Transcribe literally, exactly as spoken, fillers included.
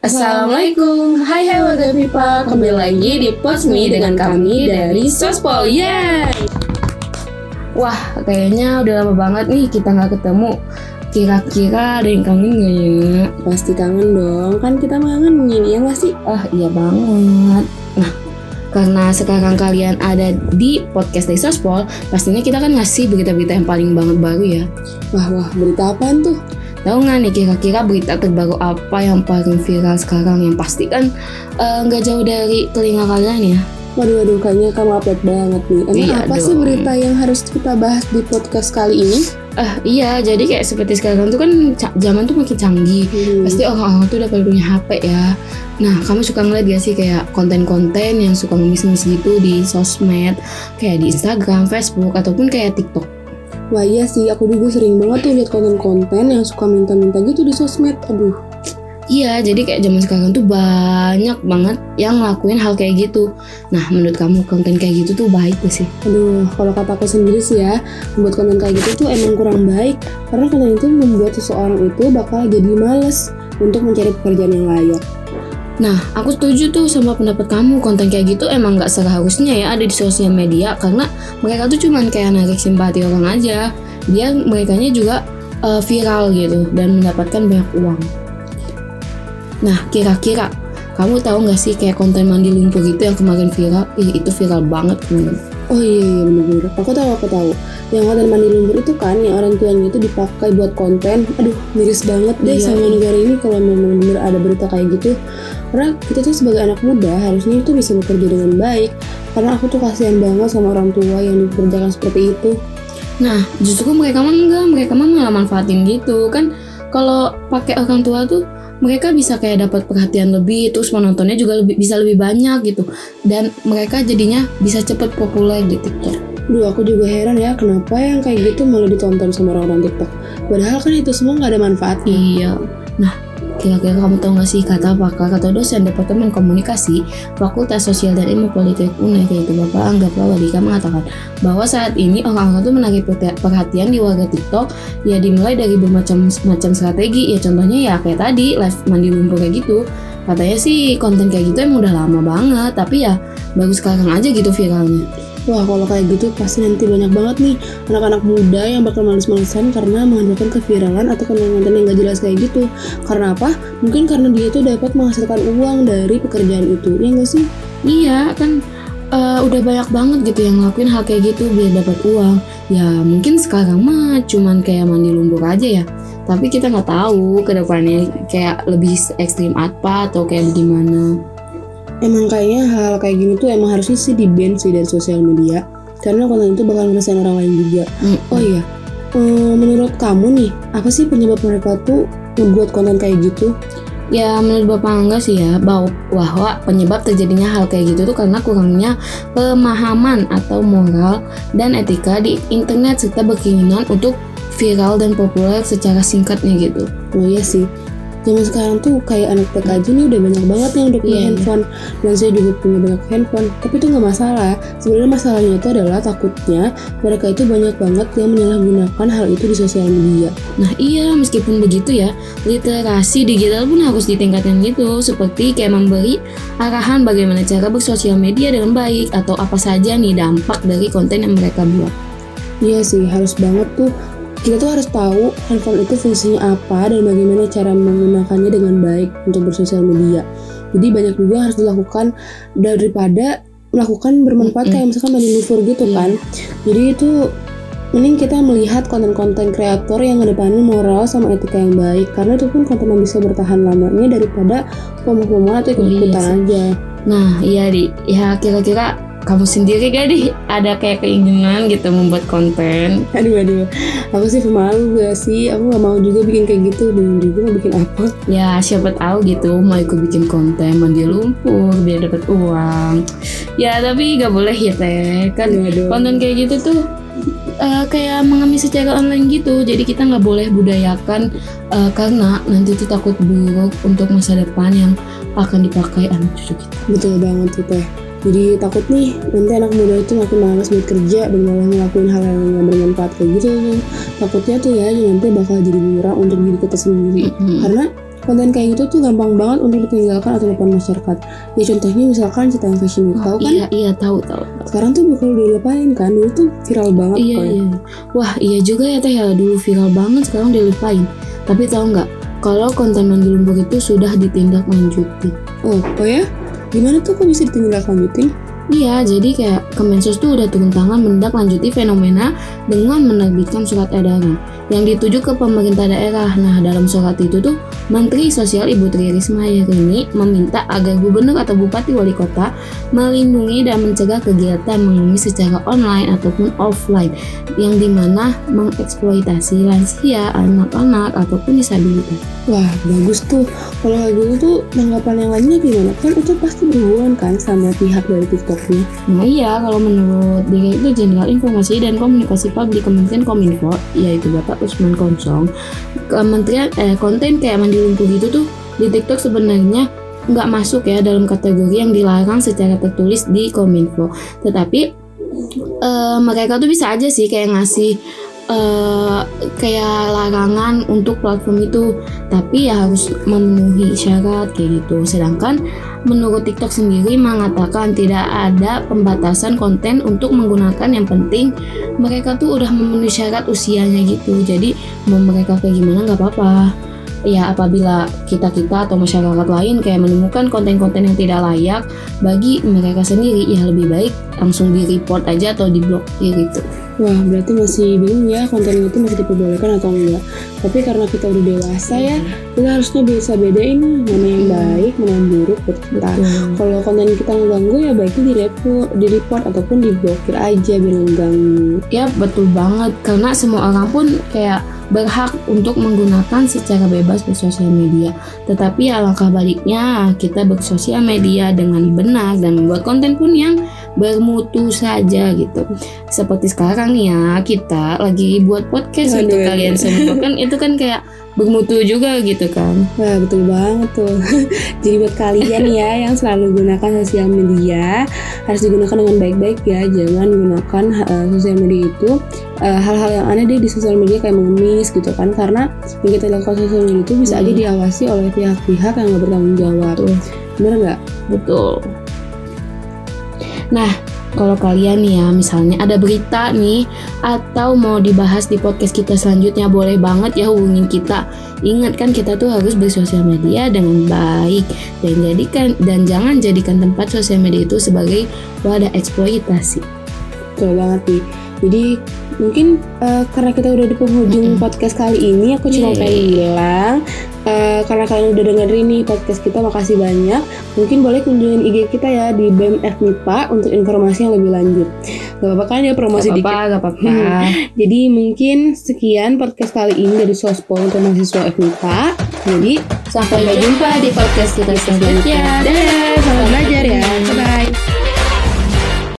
Assalamualaikum, hai hai warga Pipa, kembali lagi di Posmi dengan kami dari Sospol, yeay! Wah, kayaknya udah lama banget nih kita gak ketemu. Kira-kira ada yang kangen gak ya? Pasti kangen dong, kan kita kangen ya gak sih? Ah, iya banget. Nah, karena sekarang kalian ada di podcast dari Sospol, pastinya kita kan ngasih berita-berita yang paling banget baru ya. Wah, wah, berita apaan tuh? Tahu nggak nih kira-kira berita terbaru apa yang paling viral sekarang? Yang pasti kan nggak uh, jauh dari telinga kalian ya. Waduh, waduh, kayaknya kamu update banget nih. Emang iya apa dong. sih berita yang harus kita bahas di podcast kali ini? Ah uh, iya, jadi kayak seperti sekarang tuh kan ca- zaman tuh makin canggih. Hmm. Pasti orang-orang tuh udah pada punya H P ya. Nah, kamu suka ngeliat gak sih kayak konten-konten yang suka ngemis-ngemis gitu di sosmed, kayak di Instagram, Facebook, ataupun kayak TikTok? Wah iya sih, aku juga sering banget tuh lihat konten-konten yang suka minta-minta gitu di sosmed. Aduh. Iya, jadi kayak zaman sekarang tuh banyak banget yang ngelakuin hal kayak gitu. Nah, menurut kamu konten kayak gitu tuh baik gak sih? Aduh, kalau kata aku sendiri sih ya, membuat konten kayak gitu tuh emang kurang baik. Karena konten itu membuat seseorang itu bakal jadi males untuk mencari pekerjaan yang layak. Nah, aku setuju tuh sama pendapat kamu. Konten kayak gitu emang gak seharusnya ya ada di sosial media, karena mereka tuh cuman kayak narik simpati orang aja, biar merekanya juga uh, viral gitu dan mendapatkan banyak uang. Nah, kira-kira kamu tahu gak sih kayak konten mandi lumpur itu yang kemarin viral? Ih, itu viral banget kemarin. Oh iya, iya bener-bener. Aku tahu, aku tahu. Yang konten mandi lumpur itu kan yang orang tuanya itu dipakai buat konten. Aduh, miris banget deh iya. Sama negara ini kalau memang bener ada berita kayak gitu. Karena kita tuh sebagai anak muda harusnya itu bisa bekerja dengan baik. Karena aku tuh kasihan banget sama orang tua yang dikerjakan seperti itu. Nah, justru mereka mah enggak, mereka mah malah manfaatin gitu kan. Kalau pakai orang tua tuh mereka bisa kayak dapat perhatian lebih, terus penontonnya juga lebih, bisa lebih banyak gitu. Dan mereka jadinya bisa cepet populer di TikTok. Duh, aku juga heran ya kenapa yang kayak gitu malah ditonton sama orang-orang TikTok. Padahal kan itu semua gak ada manfaatnya. Iya. Nah, kira-kira kamu tahu gak sih kata pakar atau dosen Departemen Komunikasi Fakultas Sosial dan Ilmu Politik U N E R, yaitu Bapak Angga Prawadika, mengatakan bahwa saat ini orang-orang tuh menarik perhatian di warga TikTok ya dimulai dari bermacam-macam strategi. Ya contohnya ya kayak tadi live mandi lumpur kayak gitu. Katanya sih konten kayak gitu emang udah lama banget, tapi ya baru sekarang aja gitu viralnya. Wah, kalau kayak gitu pasti nanti banyak banget nih anak-anak muda yang bakal males-malesan karena mengandalkan keviralan atau konten-konten yang gak jelas kayak gitu. Karena apa? Mungkin karena dia tuh dapat menghasilkan uang dari pekerjaan itu, ya nggak sih? Iya, kan uh, udah banyak banget gitu yang ngelakuin hal kayak gitu biar dapat uang. Ya mungkin sekarang mah cuman kayak mandi lumpur aja ya. Tapi kita nggak tahu ke depannya kayak lebih ekstrim apa atau kayak gimana. Emang kayaknya hal kayak gini tuh emang harusnya sih di-ban sih dari sosial media, karena konten itu bakal ngerasain orang lain juga. Mm. Oh iya, ehm, menurut kamu nih, apa sih penyebab mereka tuh membuat konten kayak gitu? Ya menurut Bapak Angga sih ya, bahwa penyebab terjadinya hal kayak gitu tuh karena kurangnya pemahaman atau moral dan etika di internet serta berkeinginan untuk viral dan populer secara singkatnya gitu. Oh iya sih. Zaman sekarang tuh kayak anak T K aja nih udah banyak banget yang udah punya yeah, handphone yeah. Dan saya juga punya banyak handphone. Tapi itu gak masalah. Sebenarnya masalahnya itu adalah takutnya mereka itu banyak banget yang menyalahgunakan hal itu di sosial media. Nah iya, meskipun begitu ya, literasi digital pun harus ditingkatkan gitu. Seperti kayak memberi arahan bagaimana cara bersosial media dengan baik, atau apa saja nih dampak dari konten yang mereka buat. Iya sih, harus banget tuh. Kita tuh harus tahu handphone itu fungsinya apa dan bagaimana cara menggunakannya dengan baik untuk bersosial media. Jadi banyak juga harus dilakukan daripada melakukan bermanfaat mm-hmm. kayak misalkan mandi lumpur gitu yeah. kan. Jadi itu mending kita melihat konten-konten kreator yang ngedepanin moral sama etika yang baik, karena itu pun konten yang bisa bertahan lamanya daripada pomok-pomok atau ikut-ikutan oh, iya aja. Nah iya di, ya kira-kira kamu sendiri gak di ada kayak keinginan gitu membuat konten? Aduh aduh, aku sih pemalu gak sih, aku gak mau juga bikin kayak gitu. Bingung juga mau bikin apa. Ya siapa tahu gitu mau ikut bikin konten mandi lumpur biar dapat uang. Ya tapi gak boleh ya teh, kan ya, konten kayak gitu tuh uh, kayak mengemis secara online gitu. Jadi kita gak boleh budayakan uh, karena nanti tuh takut buruk untuk masa depan yang akan dipakai anak cucu kita. Betul banget tuh teh. Jadi takut nih nanti anak muda itu makin malas buat kerja dan malah ngelakuin hal yang gak bermanfaat kayak gitu. Takutnya tuh ya nanti bakal jadi murah untuk diri kita sendiri. Mm-hmm. Karena konten kayak gitu tuh gampang banget untuk ditinggalkan atau dilupakan masyarakat. Ya contohnya misalkan cerita fashion week, tahu kan? Iya iya tahu tahu. tahu. Sekarang tuh bakal dilupain kan, dulu tuh viral banget. Iya Koy. iya. Wah iya juga ya teh ya, dulu viral banget sekarang dilupain. Tapi tahu nggak? Kalau konten mandi lumpur itu sudah ditindaklanjuti. Oh, oh ya? Gimana tuh kok bisa ditindaklanjutin? Iya, jadi kayak Kemensos tuh udah turun tangan menindaklanjuti fenomena dengan menerbitkan surat edaran yang dituju ke pemerintah daerah. Nah, dalam surat itu tuh Menteri Sosial Ibu Tri Risma Hari ini meminta agar gubernur atau bupati wali kota melindungi dan mencegah kegiatan mengemis secara online ataupun offline yang dimana mengeksploitasi lansia, anak-anak ataupun disabilitas. Wah, bagus tuh. Kalau kayak gitu tuh tanggapan yang lainnya gimana? Kan itu pasti berhubungan kan sama pihak dari TikToknya. Nah iya, kalau menurut Direktur Jenderal Informasi dan Komunikasi Publik Kementerian Kominfo, yaitu Bapak Usman Konsong, Kementerian eh, konten kayak mandi lumpur gitu tuh di TikTok sebenarnya nggak masuk ya dalam kategori yang dilarang secara tertulis di Kominfo. Tetapi eh, mereka tuh bisa aja sih kayak ngasih Uh, kayak larangan untuk platform itu, tapi ya harus memenuhi syarat kayak gitu. Sedangkan menurut TikTok sendiri mengatakan tidak ada pembatasan konten untuk menggunakan, yang penting mereka tuh udah memenuhi syarat usianya gitu. Jadi mau mereka kayak gimana nggak apa-apa. Ya apabila kita-kita atau masyarakat lain kayak menemukan konten-konten yang tidak layak bagi mereka sendiri, ya lebih baik langsung di-report aja atau di-blokir gitu. Wah, berarti masih bingung ya konten itu masih diperbolehkan atau enggak. Tapi karena kita udah dewasa ya, kita harusnya bisa bedain nih mana yang baik, mana yang buruk buat kita. Hmm. Kalau konten kita ngeganggu ya baiknya di-report, di-report ataupun diblokir aja biar ngeganggu. Ya betul banget, karena semua orang pun kayak berhak untuk menggunakan secara bebas bersosial media. Tetapi alangkah baliknya kita bersosial media dengan benar dan membuat konten pun yang bermutu saja gitu. Seperti sekarang nih ya, kita lagi buat podcast Aduh, untuk ya. kalian semua kan itu kan kayak bermutu juga gitu kan. Wah, betul banget tuh. Jadi buat kalian ya yang selalu gunakan sosial media, harus digunakan dengan baik-baik ya. Jangan gunakan uh, sosial media itu uh, hal-hal yang aneh deh di sosial media kayak mengemis gitu kan. Karena yang kita lakukan sosial media itu bisa aja diawasi oleh pihak-pihak yang gak bertanggung jawab. Bener gak? Betul. Nah, kalau kalian nih ya misalnya ada berita nih atau mau dibahas di podcast kita selanjutnya, boleh banget ya hubungin kita. Ingat kan kita tuh harus bersosial media dengan baik dan jadikan dan jangan jadikan tempat sosial media itu sebagai wadah eksploitasi. Betul banget nih. Jadi mungkin uh, karena kita udah di penghujung mm-hmm. podcast kali ini, aku cuma Yeay. pengen bilang uh, karena kalian udah dengerin nih podcast kita, makasih banyak. Mungkin boleh kunjungin I G kita ya di B E M F M I P A untuk informasi yang lebih lanjut. Gak apa-apa kan ya promosi gak dikit? Gak apa-apa, gak apa-apa. Hmm. Jadi mungkin sekian podcast kali ini dari Sospo untuk mahasiswa F M I P A. Jadi sampai jumpa di podcast kita selanjutnya. Dadah, selamat belajar ya. Bye-bye.